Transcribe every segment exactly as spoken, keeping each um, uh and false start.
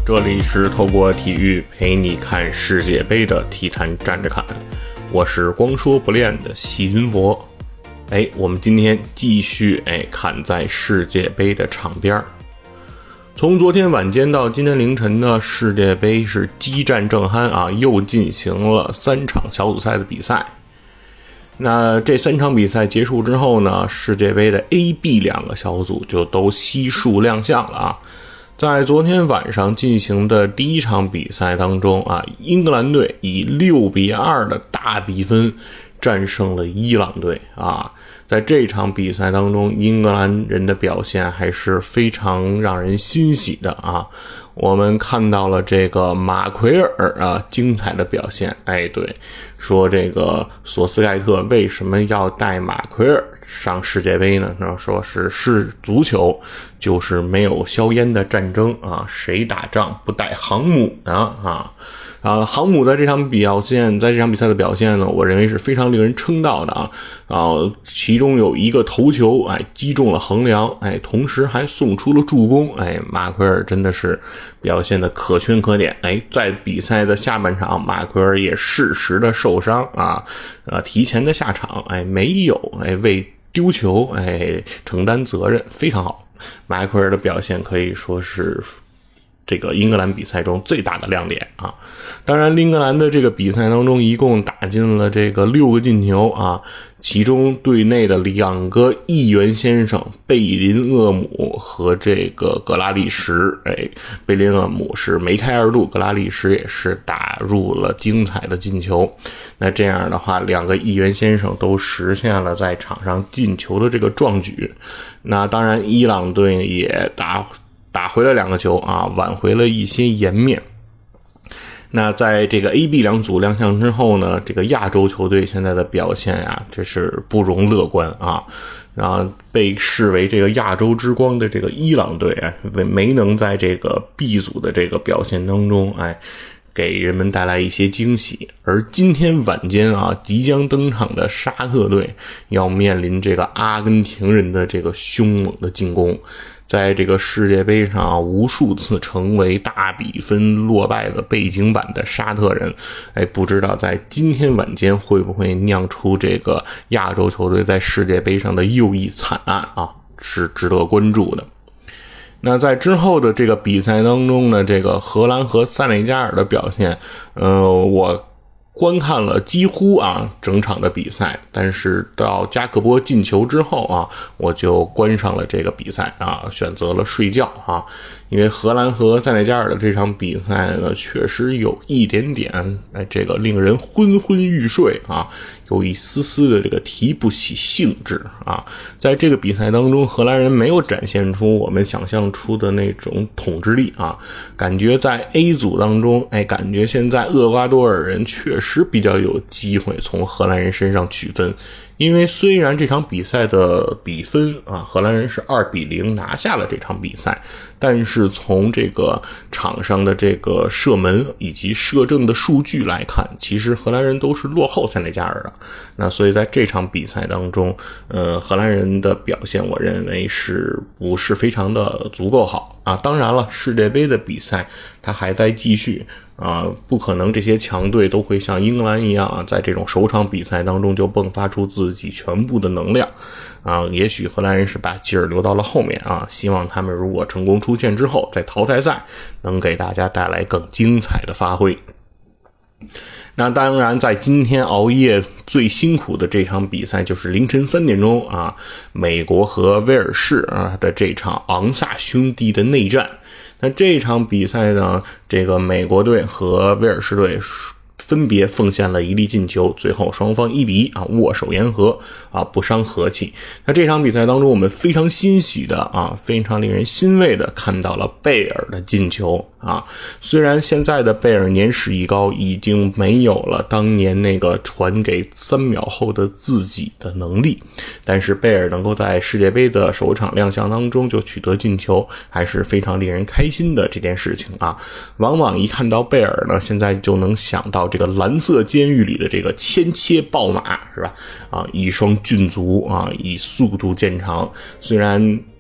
这里是透过体育陪你看世界杯的体坛站着看，我是光说不练的细菌佛。哎，我们今天继续哎看在世界杯的场边。从昨天晚间到今天凌晨呢，世界杯是激战正酣啊，又进行了三场小组赛的比赛。那这三场比赛结束之后呢，世界杯的 A、B 两个小组就都悉数亮相了啊。在昨天晚上进行的第一场比赛当中啊，英格兰队以六比二的大比分战胜了伊朗队啊。在这场比赛当中，英格兰人的表现还是非常让人欣喜的啊。我们看到了这个马奎尔啊精彩的表现。哎，对，说这个索斯盖特为什么要带马奎尔上世界杯呢？说是是足球就是没有硝烟的战争啊，谁打仗不带航母呢啊？啊，航母在这场表现，在这场比赛的表现呢，我认为是非常令人称道的啊。啊，其中有一个头球，哎，击中了横梁，哎，同时还送出了助攻，哎，马奎尔真的是表现的可圈可点。哎，在比赛的下半场，马奎尔也适时的受伤啊，呃，提前的下场，哎，没有哎为丢球哎承担责任，非常好。马奎尔的表现可以说是这个英格兰比赛中最大的亮点啊！当然，英格兰的这个比赛当中一共打进了这个六个进球啊，其中队内的两个议员先生贝林厄姆和这个格拉利什，哎，贝林厄姆是梅开二度，格拉利什也是打入了精彩的进球。那这样的话，两个议员先生都实现了在场上进球的这个壮举。那当然，伊朗队也打。打回了两个球啊，挽回了一些颜面。那在这个 A、B 两组亮相之后呢，这个亚洲球队现在的表现啊，这是不容乐观啊。然后被视为这个亚洲之光的这个伊朗队啊，没能在这个 B 组的这个表现当中，哎，给人们带来一些惊喜。而今天晚间啊，即将登场的沙特队要面临这个阿根廷人的这个凶猛的进攻。在这个世界杯上啊，无数次成为大比分落败的背景板的沙特人，哎，不知道在今天晚间会不会酿出这个亚洲球队在世界杯上的又一惨案啊，是值得关注的。那在之后的这个比赛当中呢，这个荷兰和塞内加尔的表现，呃，我观看了几乎啊整场的比赛，但是到加克波进球之后啊，我就关上了这个比赛啊，选择了睡觉啊。因为荷兰和塞内加尔的这场比赛呢，确实有一点点哎，这个令人昏昏欲睡啊，有一丝丝的这个提不起兴致啊。在这个比赛当中，荷兰人没有展现出我们想象出的那种统治力啊，感觉在 A 组当中，哎，感觉现在厄瓜多尔人确实比较有机会从荷兰人身上取分。因为虽然这场比赛的比分啊，荷兰人是二比零拿下了这场比赛，但是从这个场上的这个射门以及射正的数据来看，其实荷兰人都是落后塞内加尔的。那所以在这场比赛当中，呃，荷兰人的表现我认为是不是非常的足够好啊？当然了，世界杯的比赛它还在继续。啊，不可能这些强队都会像英格兰一样啊，在这种首场比赛当中就迸发出自己全部的能量啊。也许荷兰人是把劲儿留到了后面啊，希望他们如果成功出线之后，在淘汰赛能给大家带来更精彩的发挥。那当然，在今天熬夜最辛苦的这场比赛就是凌晨三点钟啊，美国和威尔士啊的这场昂萨兄弟的内战。那这场比赛呢，这个美国队和威尔士队分别奉献了一粒进球，最后双方一比一啊握手言和啊，不伤和气。那这场比赛当中，我们非常欣喜的啊，非常令人欣慰的看到了贝尔的进球啊。虽然现在的贝尔年事已高，已经没有了当年那个传给三秒后的自己的能力，但是贝尔能够在世界杯的首场亮相当中就取得进球，还是非常令人开心的这件事情啊。往往一看到贝尔呢，现在就能想到这个蓝色监狱里的这个千切豹马，是吧？啊，一双骏足啊，以速度见长。虽然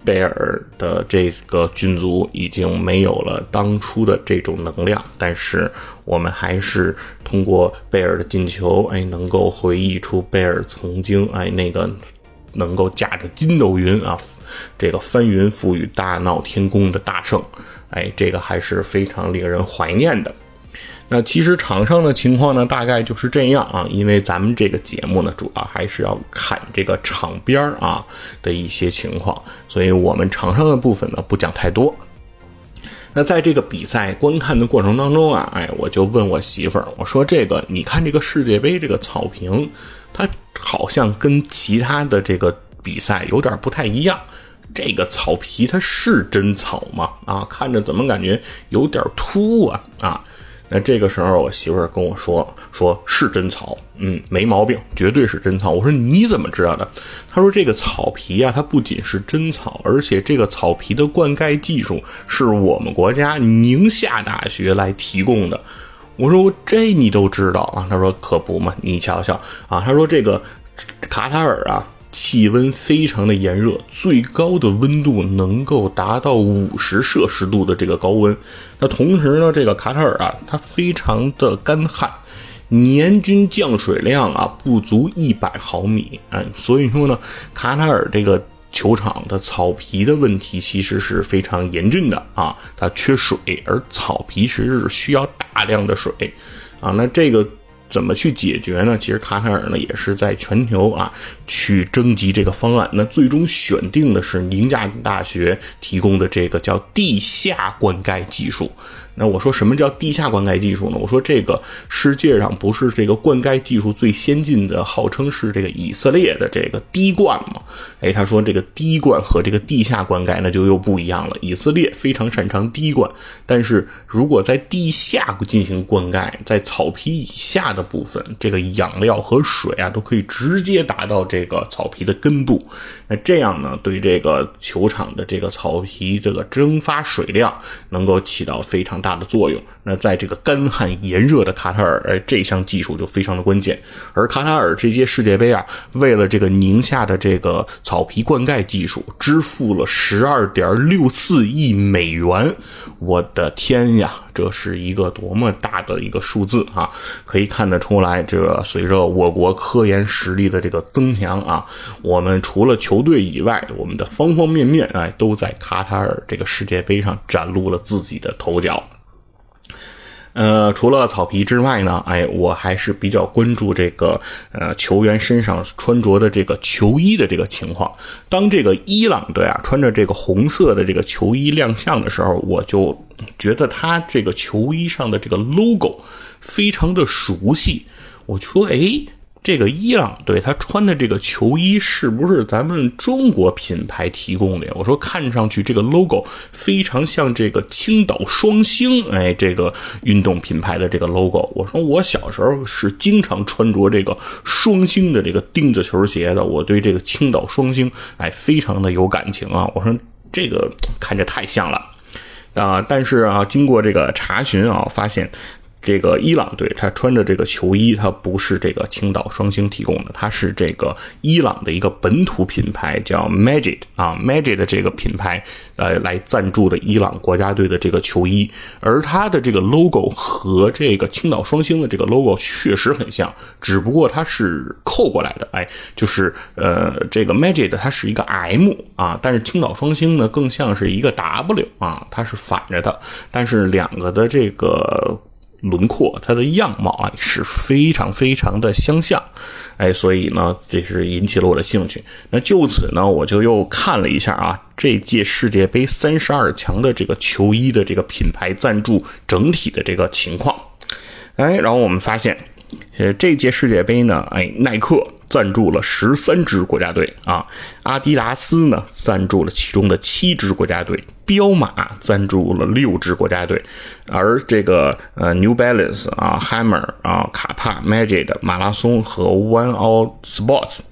贝尔的这个军卒已经没有了当初的这种能量，但是我们还是通过贝尔的进球，哎，能够回忆出贝尔曾经哎那个能够驾着筋斗云啊，这个翻云覆雨、大闹天宫的大胜，哎，这个还是非常令人怀念的。那其实场上的情况呢，大概就是这样啊，因为咱们这个节目呢，主要还是要看这个场边啊的一些情况，所以我们场上的部分呢不讲太多。那在这个比赛观看的过程当中啊，哎，我就问我媳妇儿，我说这个你看这个世界杯这个草坪，它好像跟其他的这个比赛有点不太一样。这个草皮它是真草吗？啊，看着怎么感觉有点秃啊啊！那这个时候我媳妇儿跟我说说是真草，嗯，没毛病，绝对是真草。我说你怎么知道的？她说这个草皮啊，它不仅是真草，而且这个草皮的灌溉技术是我们国家宁夏大学来提供的。我说这你都知道啊？她说可不嘛，你瞧瞧啊。她说这个卡塔尔啊，气温非常的炎热，最高的温度能够达到五十摄氏度的这个高温。那同时呢，这个卡塔尔啊，它非常的干旱，年均降水量啊不足一百毫米，哎，所以说呢，卡塔尔这个球场的草皮的问题其实是非常严峻的啊，它缺水，而草皮其实是需要大量的水啊。那这个怎么去解决呢？其实卡塔尔呢也是在全球啊去征集这个方案，那最终选定的是宁夏大学提供的这个叫地下灌溉技术。那我说什么叫地下灌溉技术呢？我说这个世界上不是这个灌溉技术最先进的，号称是这个以色列的这个滴灌嘛？哎，他说这个滴灌和这个地下灌溉那就又不一样了。以色列非常擅长滴灌，但是如果在地下进行灌溉，在草皮以下的部分，这个养料和水啊都可以直接达到这个草皮的根部。那这样呢，对这个球场的这个草皮这个蒸发水量能够起到非常大的作用。那在这个干旱炎热的卡塔尔，哎，这项技术就非常的关键。而卡塔尔这届世界杯啊，为了这个宁夏的这个草皮灌溉技术，支付了 十二点六四亿美元。我的天呀，这是一个多么大的一个数字啊！可以看得出来，这随着我国科研实力的这个增强啊，我们除了球队以外，我们的方方面面哎，都在卡塔尔这个世界杯上展露了自己的头角。呃，除了草皮之外呢，哎，我还是比较关注这个呃球员身上穿着的这个球衣的这个情况。当这个伊朗队啊穿着这个红色的这个球衣亮相的时候，我就觉得他这个球衣上的这个 logo 非常的熟悉。我说，哎，这个伊朗队他穿的这个球衣是不是咱们中国品牌提供的呀？我说看上去这个 logo 非常像这个青岛双星，哎，这个运动品牌的这个 logo。我说我小时候是经常穿着这个双星的这个钉子球鞋的，我对这个青岛双星哎非常的有感情啊。我说这个看着太像了啊、呃，但是啊，经过这个查询啊，发现这个伊朗队他穿着这个球衣，他不是这个青岛双星提供的，他是这个伊朗的一个本土品牌叫 Majid 啊 Majid 的这个品牌呃来赞助的伊朗国家队的这个球衣，而它的这个 logo 和这个青岛双星的这个 logo 确实很像，只不过它是扣过来的，哎，就是呃这个 Majid 它是一个 M 啊，但是青岛双星呢更像是一个 W 啊，它是反着的，但是两个的这个轮廓它的样貌啊是非常非常的相像，哎，所以呢这是引起了我的兴趣。那就此呢我就又看了一下啊这届世界杯三十二强的这个球衣的这个品牌赞助整体的这个情况，哎，然后我们发现呃这届世界杯呢，哎，耐克赞助了十三支国家队啊，阿迪达斯呢赞助了其中的七支国家队，彪马赞助了六支国家队，而这个呃 New Balance 啊、Hammer 啊、卡帕、Majid、马拉松和 One All Sports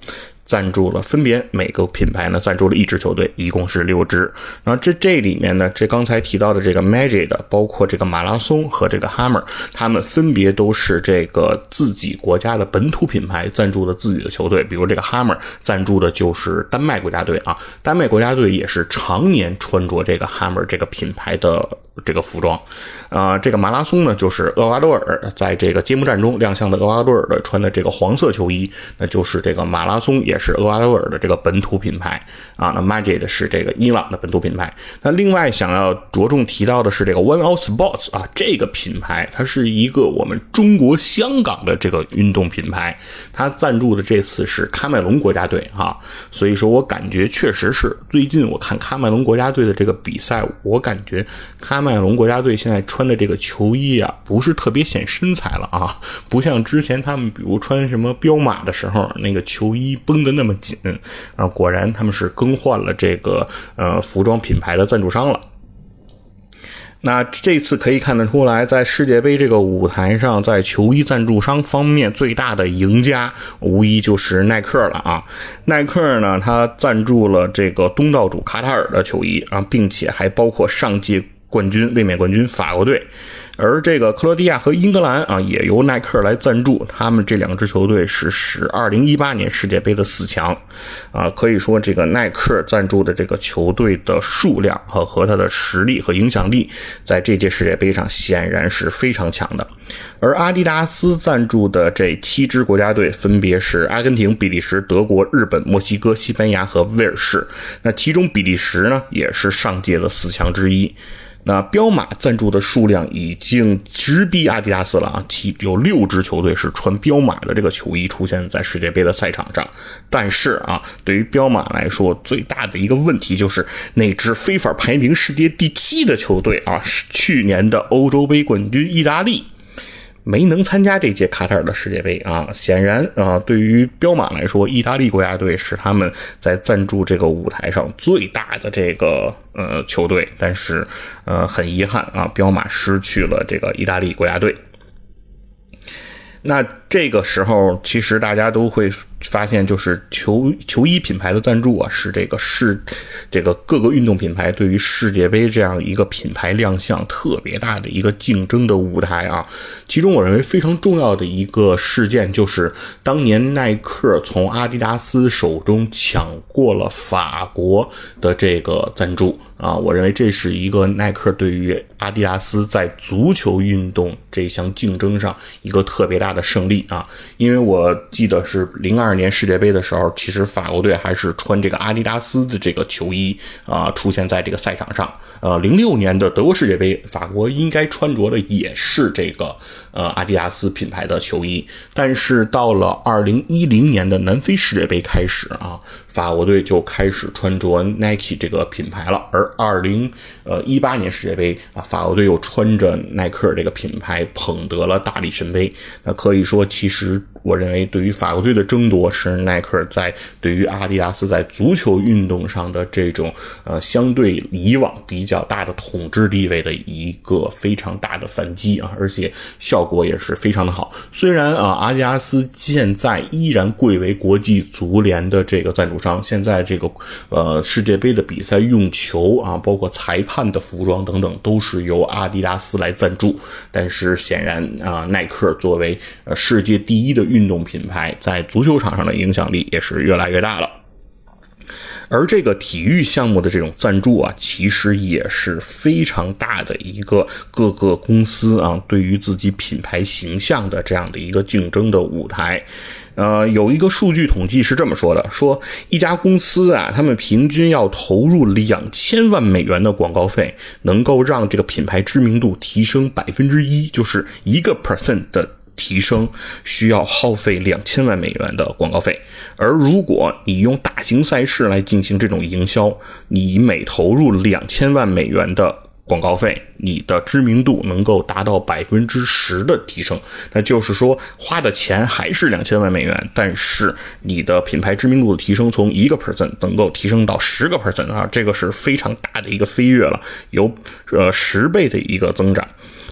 赞助了，分别每个品牌呢赞助了一支球队，一共是六支。然后这这里面呢，这刚才提到的这个 Magic 的，包括这个马拉松和这个 Hammer， 他们分别都是这个自己国家的本土品牌赞助的自己的球队。比如这个 Hammer 赞助的就是丹麦国家队啊，丹麦国家队也是常年穿着这个 Hammer 这个品牌的这个服装。呃，这个马拉松呢，就是厄瓜多尔在这个揭幕战中亮相的厄瓜多尔的穿的这个黄色球衣，那就是这个马拉松也是厄瓜多尔的这个本土品牌啊。那 Magic 是这个伊朗的本土品牌。那另外想要着重提到的是这个 One Out Sports 啊，这个品牌它是一个我们中国香港的这个运动品牌，它赞助的这次是喀麦隆国家队啊。所以说我感觉确实是最近我看喀麦隆国家队的这个比赛，我感觉喀麦隆国家队现在穿的这个球衣啊，不是特别显身材了啊，不像之前他们比如穿什么彪马的时候，那个球衣绷得那么紧啊。果然他们是更换了这个呃服装品牌的赞助商了。那这次可以看得出来，在世界杯这个舞台上，在球衣赞助商方面最大的赢家无疑就是耐克了啊。耐克呢，他赞助了这个东道主卡塔尔的球衣啊，并且还包括上届冠军卫冕冠军法国队。而这个克罗地亚和英格兰啊，也由耐克来赞助，他们这两支球队是使二零一八年世界杯的四强啊。可以说这个耐克赞助的这个球队的数量和和它的实力和影响力，在这届世界杯上显然是非常强的。而阿迪达斯赞助的这七支国家队分别是阿根廷、比利时、德国、日本、墨西哥、西班牙和威尔士。那其中比利时呢，也是上届的四强之一。那彪马赞助的数量已经直逼阿迪达斯了啊，其有六支球队是穿彪马的这个球衣出现在世界杯的赛场上。但是啊，对于彪马来说，最大的一个问题就是那支非法排名世界第七的球队啊，是去年的欧洲杯冠军意大利，没能参加这届卡塔尔的世界杯啊。显然啊，对于彪马来说，意大利国家队是他们在赞助这个舞台上最大的这个呃球队，但是呃很遗憾啊，彪马失去了这个意大利国家队。那这个时候其实大家都会发现，就是球球衣品牌的赞助啊，是这个是这个各个运动品牌对于世界杯这样一个品牌亮相特别大的一个竞争的舞台啊。其中我认为非常重要的一个事件，就是当年耐克从阿迪达斯手中抢过了法国的这个赞助啊。我认为这是一个耐克对于阿迪达斯在足球运动这项竞争上一个特别大的胜利啊。因为我记得是零二年世界杯的时候，其实法国队还是穿这个阿迪达斯的这个球衣啊出现在这个赛场上。呃，零六年的德国世界杯，法国应该穿着的也是这个呃阿迪达斯品牌的球衣。但是到了二零一零年的南非世界杯开始啊，法国队就开始穿着 Nike 这个品牌了。而二零一八年世界杯啊，法国队又穿着耐克这个品牌捧得了大力神杯。那可以说，其实我认为对于法国队的争夺是耐克在对于阿迪达斯在足球运动上的这种呃相对以往比较大的统治地位的一个非常大的反击啊，而且效果也是非常的好。虽然啊阿迪达斯现在依然贵为国际足联的这个赞助商，现在这个呃世界杯的比赛用球啊，包括裁判的服装等等都是由阿迪达斯来赞助，但是显然啊耐克作为呃世界第一的运动品牌，在足球场上的影响力也是越来越大了。而这个体育项目的这种赞助啊，其实也是非常大的一个各个公司啊对于自己品牌形象的这样的一个竞争的舞台。呃，有一个数据统计是这么说的，说一家公司啊，他们平均要投入两千万美元的广告费，能够让这个品牌知名度提升百分之一，就是一个 percent 的提升需要耗费两千万美元的广告费。而如果你用大型赛事来进行这种营销，你每投入两千万美元的广告费，你的知名度能够达到百分之十的提升。那就是说，花的钱还是两千万美元，但是你的品牌知名度的提升从一个 percent 能够提升到十个 percent 啊，这个是非常大的一个飞跃了，有呃十倍的一个增长。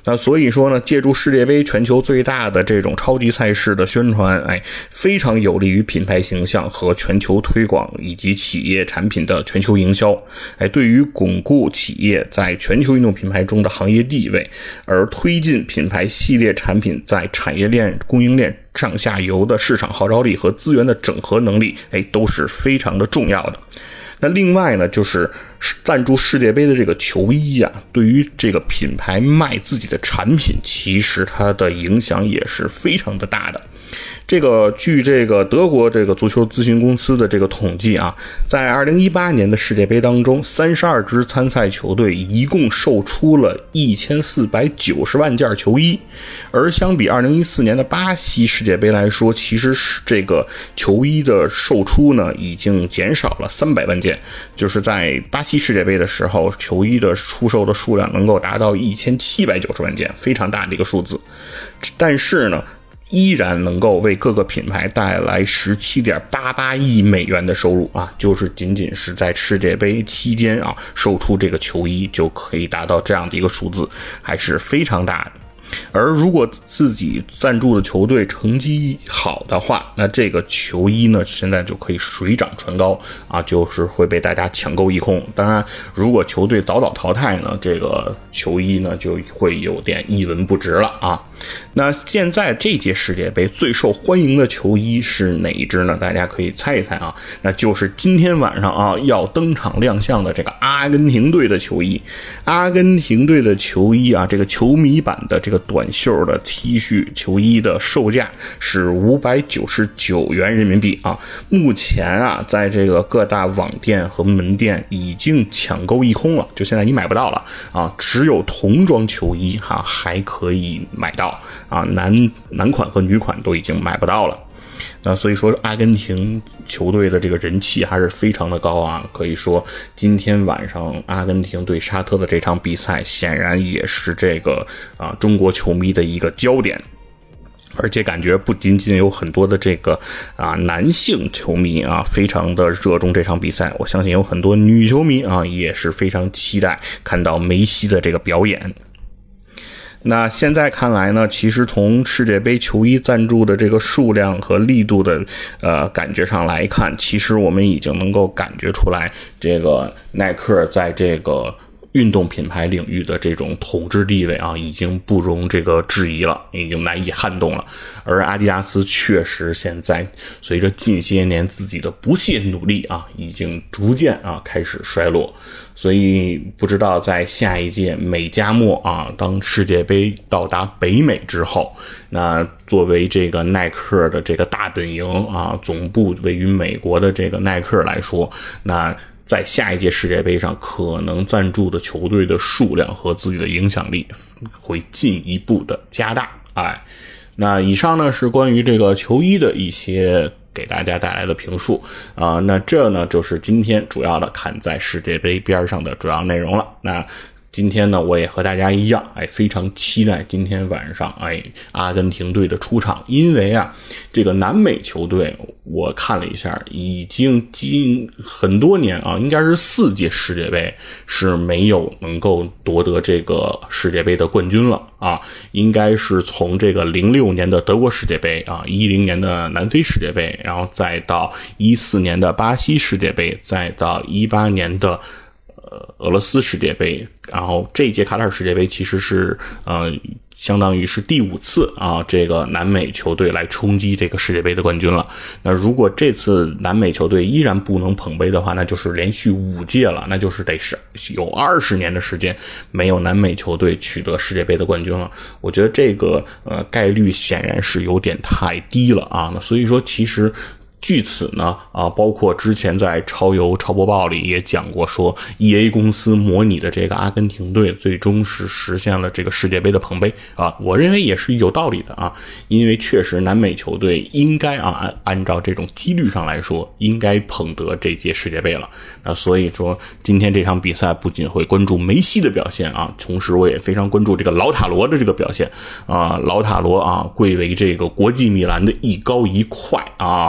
那所以说呢，借助世界杯全球最大的这种超级赛事的宣传，哎，非常有利于品牌形象和全球推广以及企业产品的全球营销，哎，对于巩固企业在全球运动品牌中的行业地位，而推进品牌系列产品在产业链、供应链上下游的市场号召力和资源的整合能力，哎，都是非常的重要的。那另外呢，就是赞助世界杯的这个球衣啊，对于这个品牌卖自己的产品，其实它的影响也是非常的大的。这个据这个德国这个足球咨询公司的这个统计啊，在二零一八年的世界杯当中，三十二支参赛球队一共售出了一千四百九十万件球衣，而相比二零一四年的巴西世界杯来说，其实是这个球衣的售出呢已经减少了三百万件，就是在巴西世界杯的时候，球衣的出售的数量能够达到一千七百九十万件，非常大的一个数字。但是呢，依然能够为各个品牌带来 十七点八八亿美元的收入啊，就是仅仅是在世界杯期间啊，售出这个球衣就可以达到这样的一个数字，还是非常大的。而如果自己赞助的球队成绩好的话，那这个球衣呢，现在就可以水涨船高啊，就是会被大家抢购一空。当然，如果球队早早淘汰呢，这个球衣呢就会有点一文不值了啊。那现在这届世界杯最受欢迎的球衣是哪一支呢？大家可以猜一猜啊，那就是今天晚上啊要登场亮相的这个阿根廷队的球衣。阿根廷队的球衣啊，这个球迷版的这个短袖的 T 恤球衣的售价是五百九十九元人民币啊。目前啊，在这个各大网店和门店已经抢购一空了，就现在你买不到了啊，只有童装球衣哈、啊、还可以买到啊，男男款和女款都已经买不到了。那所以说阿根廷球队的这个人气还是非常的高啊，可以说今天晚上阿根廷对沙特的这场比赛显然也是这个啊中国球迷的一个焦点。而且感觉不仅仅有很多的这个啊男性球迷啊非常的热衷这场比赛，我相信有很多女球迷啊也是非常期待看到梅西的这个表演。那现在看来呢，其实从世界杯球衣赞助的这个数量和力度的呃感觉上来看，其实我们已经能够感觉出来，这个耐克在这个运动品牌领域的这种统治地位啊，已经不容这个质疑了，已经难以撼动了。而阿迪达斯确实现在随着近些年自己的不懈努力啊，已经逐渐啊开始衰落。所以不知道在下一届美加墨啊，当世界杯到达北美之后，那作为这个耐克的这个大本营啊，总部位于美国的这个耐克来说，那在下一届世界杯上可能赞助的球队的数量和自己的影响力会进一步的加大。哎，那以上呢是关于这个球衣的一些给大家带来的评述啊、呃，那这呢就是今天主要的看在世界杯边上的主要内容了。那今天呢，我也和大家一样，哎，非常期待今天晚上，哎，阿根廷队的出场，因为啊，这个南美球队我看了一下，已经经很多年啊，应该是四届世界杯是没有能够夺得这个世界杯的冠军了啊，应该是从这个零六年的德国世界杯啊，一零年的南非世界杯，然后再到一四年的巴西世界杯，再到一八年的呃，俄罗斯世界杯，然后这一届卡塔尔世界杯其实是呃，相当于是第五次啊，这个南美球队来冲击这个世界杯的冠军了。那如果这次南美球队依然不能捧杯的话，那就是连续五届了，那就是得是有二十年的时间没有南美球队取得世界杯的冠军了。我觉得这个呃概率显然是有点太低了啊。那所以说，其实据此呢，啊，包括之前在超游超播报里也讲过，说 E A 公司模拟的这个阿根廷队最终是实现了这个世界杯的捧杯啊，我认为也是有道理的啊，因为确实南美球队应该啊按按照这种几率上来说，应该捧得这届世界杯了。那所以说，今天这场比赛不仅会关注梅西的表现啊，同时我也非常关注这个老塔罗的这个表现啊，老塔罗啊，贵为这个国际米兰的一高一快啊。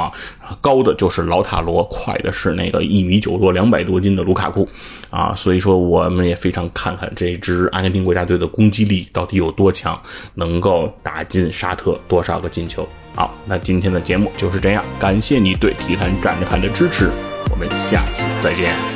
高的就是劳塔罗，快的是那个一米九多两百多斤的卢卡库啊，所以说我们也非常看看这支阿根廷国家队的攻击力到底有多强，能够打进沙特多少个进球。好，那今天的节目就是这样，感谢你对体坛站着看的支持，我们下次再见。